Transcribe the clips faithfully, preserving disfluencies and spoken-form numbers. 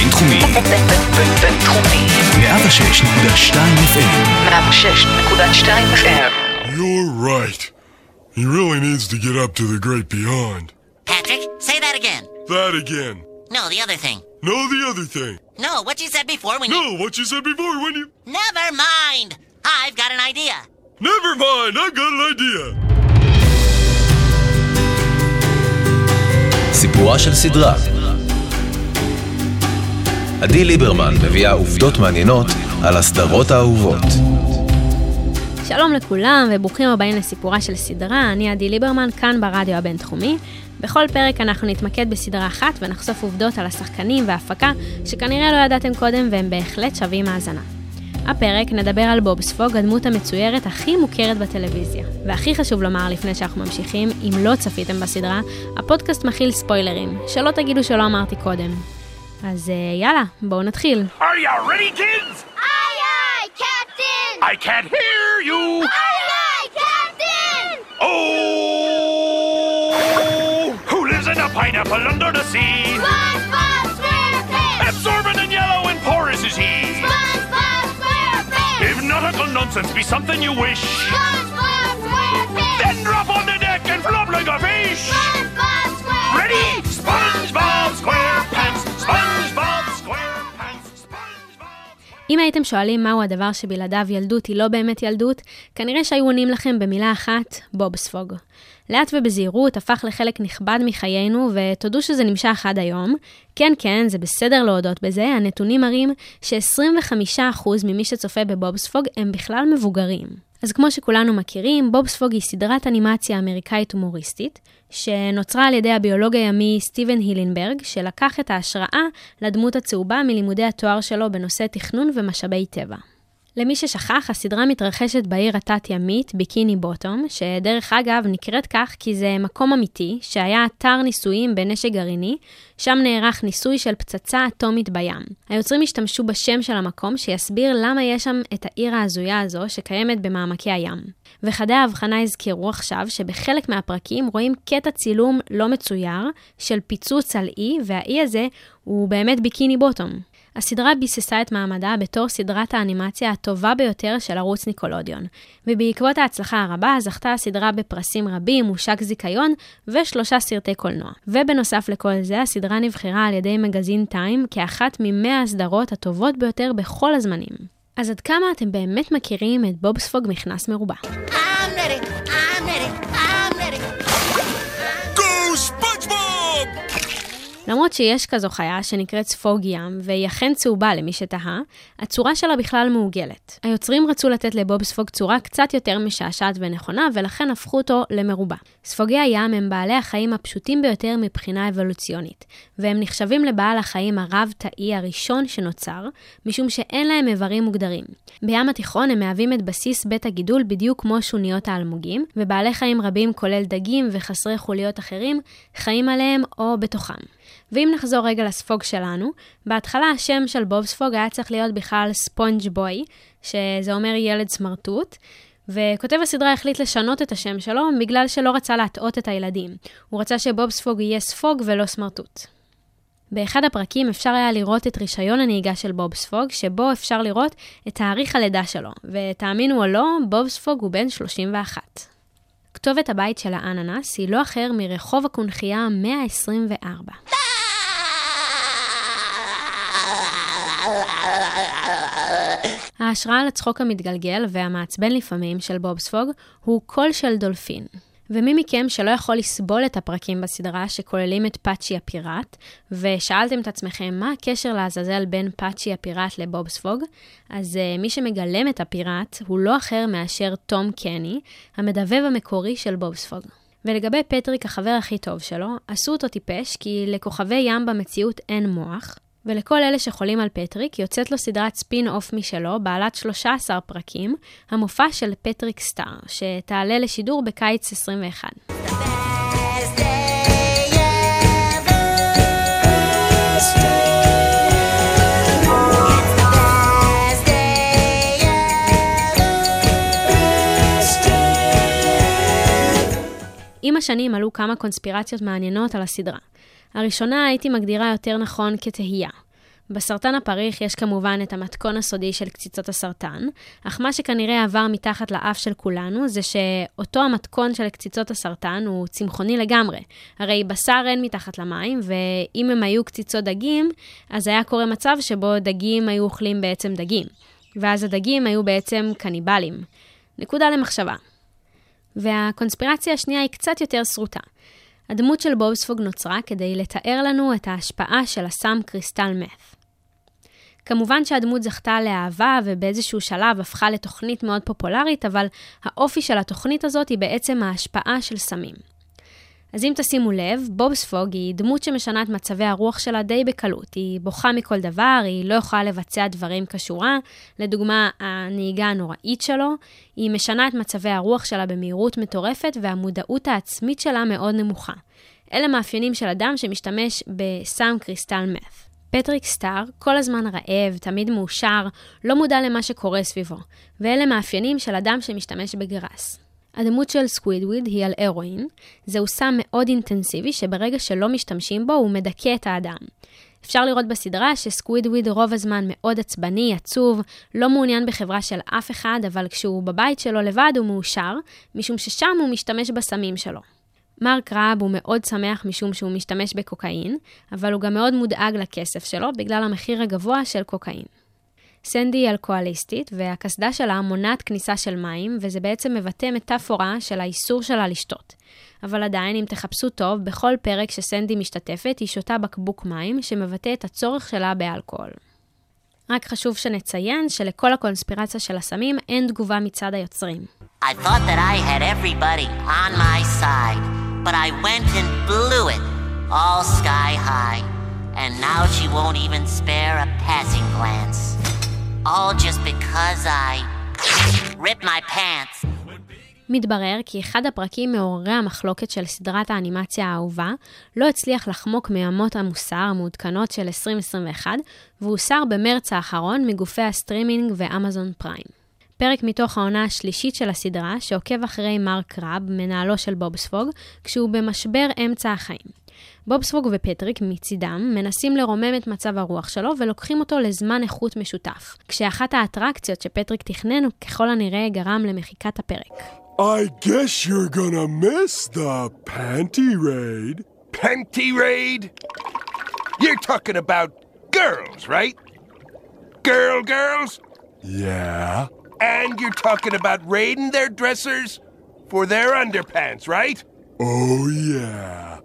בינתחומי. בינתחומי. מאה ושש נקודה שתיים אף אם. מאה ושש נקודה שתיים אף אם. You're right. He really needs to get up to the great beyond. Patrick, say that again. That again. No, the other thing. No, the other thing. No, what you said before when No, you... what you said before when you... Never mind. I've got an idea. Never mind, I got an idea. סיפורה של סדרה. עדי ליברמן מביאה עובדות מעניינות על הסדרות האהובות. שלום לכולם וברוכים הבאים לסיפורה של סדרה, אני עדי ליברמן כאן ברדיו הבינתחומי. בכל פרק אנחנו נתמקד בסדרה אחת ונחשוף עובדות על השחקנים וההפקה שכנראה לא ידעתם קודם והם בהחלט שווים האזנה. הפרק נדבר על בוב ספוג, הדמות המצוירת הכי מוכרת בטלוויזיה. והכי חשוב לומר לפני שאנחנו ממשיכים, אם לא צפיתם בסדרה, הפודקאסט מכיל ספוילרים, שלא תגידו שלא אמרתי קודם. אז יאללה, בואו נתחיל. Are you ready, kids? Aye, aye, Captain! I can't hear you! Aye, aye, Captain! Oh! Who lives in a pineapple under the sea? SpongeBob SquarePants! Absorbent and yellow and porous is he? SpongeBob SquarePants! If nautical nonsense be something you wish, SpongeBob SquarePants! then drop on the deck and flop like a fish! SpongeBob SquarePants! Ready? SpongeBob SquarePants! SpongeBob SquarePants! SpongeBob! אם הייתם שואלים מהו הדבר שבלעדיו ילדות היא לא באמת ילדות, כנראה שהיו עונים לכם במילה אחת, בוב ספוג. לאט ובזהירות הפך לחלק נכבד מחיינו, ותודו שזה נמשך עד היום. כן, כן, זה בסדר להודות בזה, הנתונים מראים ש-עשרים וחמישה אחוז ממי שצופה בבוב ספוג הם בכלל מבוגרים. אז כמו שכולנו מכירים, בוב ספוג היא סדרת אנימציה אמריקאית הומוריסטית, שנוצרה על ידי הביולוג הימי סטיבן הילנברג, שלקח את ההשראה לדמות הצהובה מלימודי התואר שלו בנושא תכנון ומשאבי טבע. למי ששכח, הסדרה מתרחשת בעיר התת-ימית, ביקיני בוטום, שדרך אגב נקראת כך כי זה מקום אמיתי, שהיה אתר ניסויים בנשק גרעיני, שם נערך ניסוי של פצצה אטומית בים. היוצרים השתמשו בשם של המקום שיסביר למה יש שם את העיר ההזויה הזו שקיימת במעמקי הים. וחדי ההבחנה הזכירו עכשיו שבחלק מהפרקים רואים קטע צילום לא מצויר של פיצוץ על אי, והאי הזה הוא באמת ביקיני בוטום. הסדרה ביססה את מעמדה בתור סדרת האנימציה הטובה ביותר של ערוץ ניקולודיון, ובעקבות ההצלחה הרבה זכתה הסדרה בפרסים רבים, מושק זיכיון ושלושה סרטי קולנוע. ובנוסף לכל זה, הסדרה נבחרה על ידי מגזין טיים כאחת ממאה הסדרות הטובות ביותר בכל הזמנים. אז עד כמה אתם באמת מכירים את בוב ספוג מכנס מרובע? I'm ready, I'm ready, I'm ready. Go, SpongeBob! למרות שיש כזו חיה שנקראת ספוג ים, והיא אכן צהובה למי שתהה, הצורה שלה בכלל מעוגלת. היוצרים רצו לתת לבוב ספוג צורה קצת יותר משעשעת ונכונה, ולכן הפכו אותו למרובע. ספוגי הים הם בעלי החיים הפשוטים ביותר מבחינה אבולוציונית, והם נחשבים לבעל החיים הרב-תאי הראשון שנוצר, משום שאין להם איברים מוגדרים. בים התיכון הם מהווים את בסיס בית הגידול בדיוק כמו שוניות האלמוגים, ובעלי חיים רבים כולל דגים וחסרי חוליות אחרים חיים עליהם או בתוכם. ואם נחזור רגע לספוג שלנו, בהתחלה השם של בוב ספוג היה צריך להיות בכלל ספונג' בוי, שזה אומר ילד סמרטוט, וכותב הסדרה החליט לשנות את השם שלו בגלל שלא רצה להטעות את הילדים. הוא רצה שבוב ספוג יהיה ספוג ולא סמרטוט. באחד הפרקים אפשר היה לראות את רישיון הנהיגה של בוב ספוג, שבו אפשר לראות את תאריך הלידה שלו, ותאמינו או לא, בוב ספוג הוא בן שלושים ואחת. כתובת הבית של האננס היא לא אחר מרחוב הקונחייה מאה עשרים וארבע. ההשראה לצחוק המתגלגל והמעצבן לפעמים של בוב ספוג הוא קול של דולפין. ומי מכם שלא יכול לסבול את הפרקים בסדרה שכוללים את פאצ'י הפיראט, ושאלתם את עצמכם מה הקשר לעזאזל בין פאצ'י הפיראט לבוב ספוג, אז uh, מי שמגלם את הפיראט הוא לא אחר מאשר תום קני, המדבב המקורי של בוב ספוג. ולגבי פטריק, החבר הכי טוב שלו, עשו אותו טיפש כי לכוכבי ים במציאות אין מוח, ולכל אלה שחולים על פטריק יוצאת לו סדרת ספין אוף משלו, בעלת שלושה עשר פרקים, המופע של פטריק סטאר, שתעלה לשידור בקיץ עשרים ואחת. עם השנים עלו כמה קונספירציות מעניינות על הסדרה. הראשונה הייתי מגדירה יותר נכון כתהייה. בסרטן הפריך יש כמובן את המתכון הסודי של קציצות הסרטן, אך מה שכנראה עבר מתחת לאף של כולנו זה שאותו המתכון של קציצות הסרטן הוא צמחוני לגמרי. הרי בשר אין מתחת למים, ואם הם היו קציצות דגים, אז היה קורה מצב שבו דגים היו אוכלים בעצם דגים, ואז הדגים היו בעצם קניבלים. נקודה למחשבה. והקונספירציה השנייה היא קצת יותר סרוטה. הדמות של בובספוג נוצרה כדי לתאר לנו את ההשפעה של הסם קריסטל מת. כמובן שהדמות זכתה לאהבה ובאיזשהו שלב הפכה לתוכנית מאוד פופולרית, אבל האופי של התוכנית הזאת היא בעצם ההשפעה של סמים. אז אם תשימו לב, בובספוג היא דמות שמשנה את מצבי הרוח שלה די בקלות. היא בוכה מכל דבר, היא לא יכולה לבצע דברים כשורה, לדוגמה הנהיגה הנוראית שלו, היא משנה את מצבי הרוח שלה במהירות מטורפת והמודעות העצמית שלה מאוד נמוכה. אלה מאפיינים של אדם שמשתמש בסם קריסטל מת. פטריק סטאר כל הזמן רעב, תמיד מאושר, לא מודע למה שקורה סביבו, ואלה מאפיינים של אדם שמשתמש בגרס. הדמות של סקווידוויד היא על הרואין, זהו סם מאוד אינטנסיבי שברגע שלא משתמשים בו הוא מדכא את האדם. אפשר לראות בסדרה שסקווידוויד רוב הזמן מאוד עצבני, עצוב, לא מעוניין בחברה של אף אחד, אבל כשהוא בבית שלו לבד הוא מאושר, משום ששם הוא משתמש בסמים שלו. מרק ראב הוא מאוד שמח משום שהוא משתמש בקוקאין, אבל הוא גם מאוד מודאג לכסף שלו בגלל המחיר הגבוה של קוקאין. סנדי היא אלכוהוליסטית, והקסדה שלה מונעת כניסה של מים, וזה בעצם מבטא מטאפורה של האיסור שלה לשתות. אבל עדיין, אם תחפשו טוב, בכל פרק שסנדי משתתפת, היא שותה בקבוק מים, שמבטא את הצורך שלה באלכוהול. רק חשוב שנציין שלכל הקונספירציה של הסמים אין תגובה מצד היוצרים. I thought that I had everybody on my side, but I went and blew it, all sky high, and now she won't even spare a passing glance. All just because I ripped my pants. מתברר כי אחד הפרקים מעוררי המחלוקת של סדרת האנימציה האהובה לא הצליח לחמוק מאמות המוסר המעודכנות של עשרים עשרים ואחת, והוסר במרץ האחרון מגופי הסטרימינג ואמזון פריים. פרק מתוך העונה השלישית של הסדרה שעוקב אחרי מרק ראב, מנהלו של בובספוג, כשהוא במשבר אמצע החיים. בובספוג ופטריק מצידם מנסים לרומם את מצב הרוח שלו ולוקחים אותו לזמן איכות משותף, כשאחת האטרקציות שפטריק תכנן הוא ככל הנראה גרם למחיקת הפרק. I guess you're gonna miss the panty raid. Panty raid? You're talking about girls, right? Girl girls? Yeah. And you're talking about raiding their dressers for their underpants, right? Oh, yeah.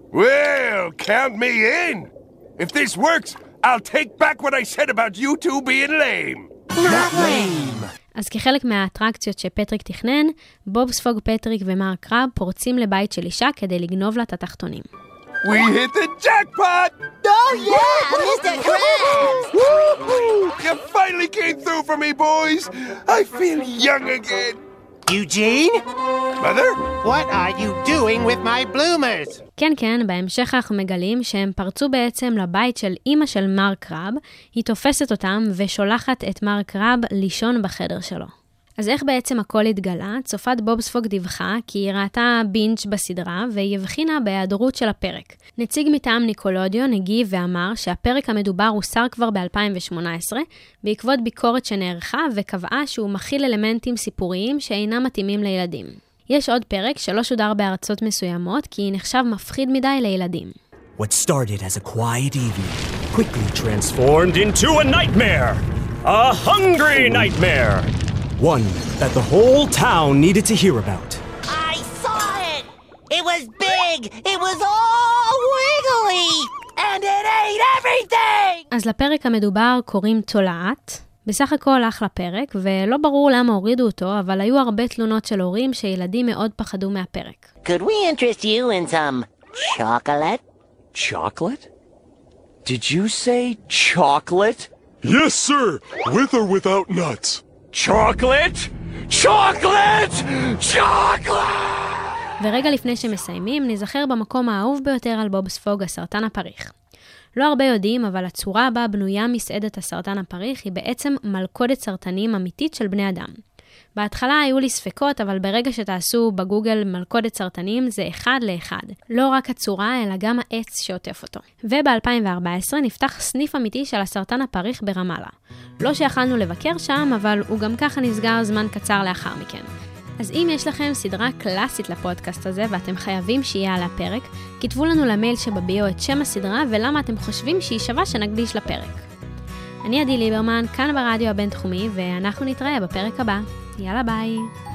Well, count me in. If this works, I'll take back what I said about you two being lame. Not lame. אז כחלק מהאטרקציות שפטריק תכנן, בובספוג, פטריק ומרק ראב פורצים לבית של אישה כדי לגנוב לה את התחתונים. We hit the jackpot! Oh yeah, Mister Krabs! Woo-hoo! You finally came through for me, boys! I feel young again! Eugene? Mother? What are you doing with my bloomers? כן, כן, בהמשך אנחנו מגלים שהם פרצו בעצם לבית של אמא של מרק ראב, היא תופסת אותם ושולחת את מרק ראב לישון בחדר שלו. אז איך בעצם הכל התגלה? צופת בובספוג דיווחה כי היא ראתה בינג' בסדרה והיא הבחינה בהיעדרות של הפרק. נציג מטעם ניקולודיון הגיב ואמר שהפרק המדובר הוסר כבר ב-אלפיים שמונה עשרה בעקבות ביקורת שנערכה וקבעה שהוא מכיל אלמנטים סיפוריים שאינם מתאימים לילדים. יש עוד פרק שלא שודר בארצות מסוימות כי היא נחשב מפחיד מדי לילדים. What started as a quiet evening quickly transformed Into a nightmare! A hungry nightmare! one that the whole town needed to hear about. I saw it! It was big! It was all wiggly! And it ate everything! אז לפרק המדובר קוראים תולעת. בסך הכל אחלה פרק, ולא ברור למה הורידו אותו, אבל היו הרבה תלונות של הורים שילדים מאוד פחדו מהפרק. Could we interest you in some chocolate? Chocolate? Did you say chocolate? Yes, sir. With or without nuts. Chocolate? Chocolate! Chocolate! ורגע לפני שמסיימים, נזכר במקום האהוב ביותר על בובספוג, הסרטן הפריך. לא הרבה יודעים, אבל הצורה הבאה בנויה מסעדת הסרטן הפריך היא בעצם מלכודת סרטנים אמיתית של בני אדם. בהתחלה היו לי ספקות, אבל ברגע שתעשו בגוגל מלכודת סרטנים, זה אחד לאחד. לא רק הצורה, אלא גם העץ שעוטף אותו. וב-אלפיים וארבע עשרה נפתח סניף אמיתי של הסרטן הפריך ברמאללה. לא שיכלנו לבקר שם, אבל הוא גם ככה נסגר זמן קצר לאחר מכן. אז אם יש לכם סדרה קלאסית לפודקאסט הזה, ואתם חייבים שיהיה על הפרק, כתבו לנו למייל שבביו את שם הסדרה, ולמה אתם חושבים שהיא שווה שנקדיש לפרק. אני עדי ליברמן, כאן ברדיו הבינתחומי, ואנחנו נתראה בפרק הבא. יאללה ביי.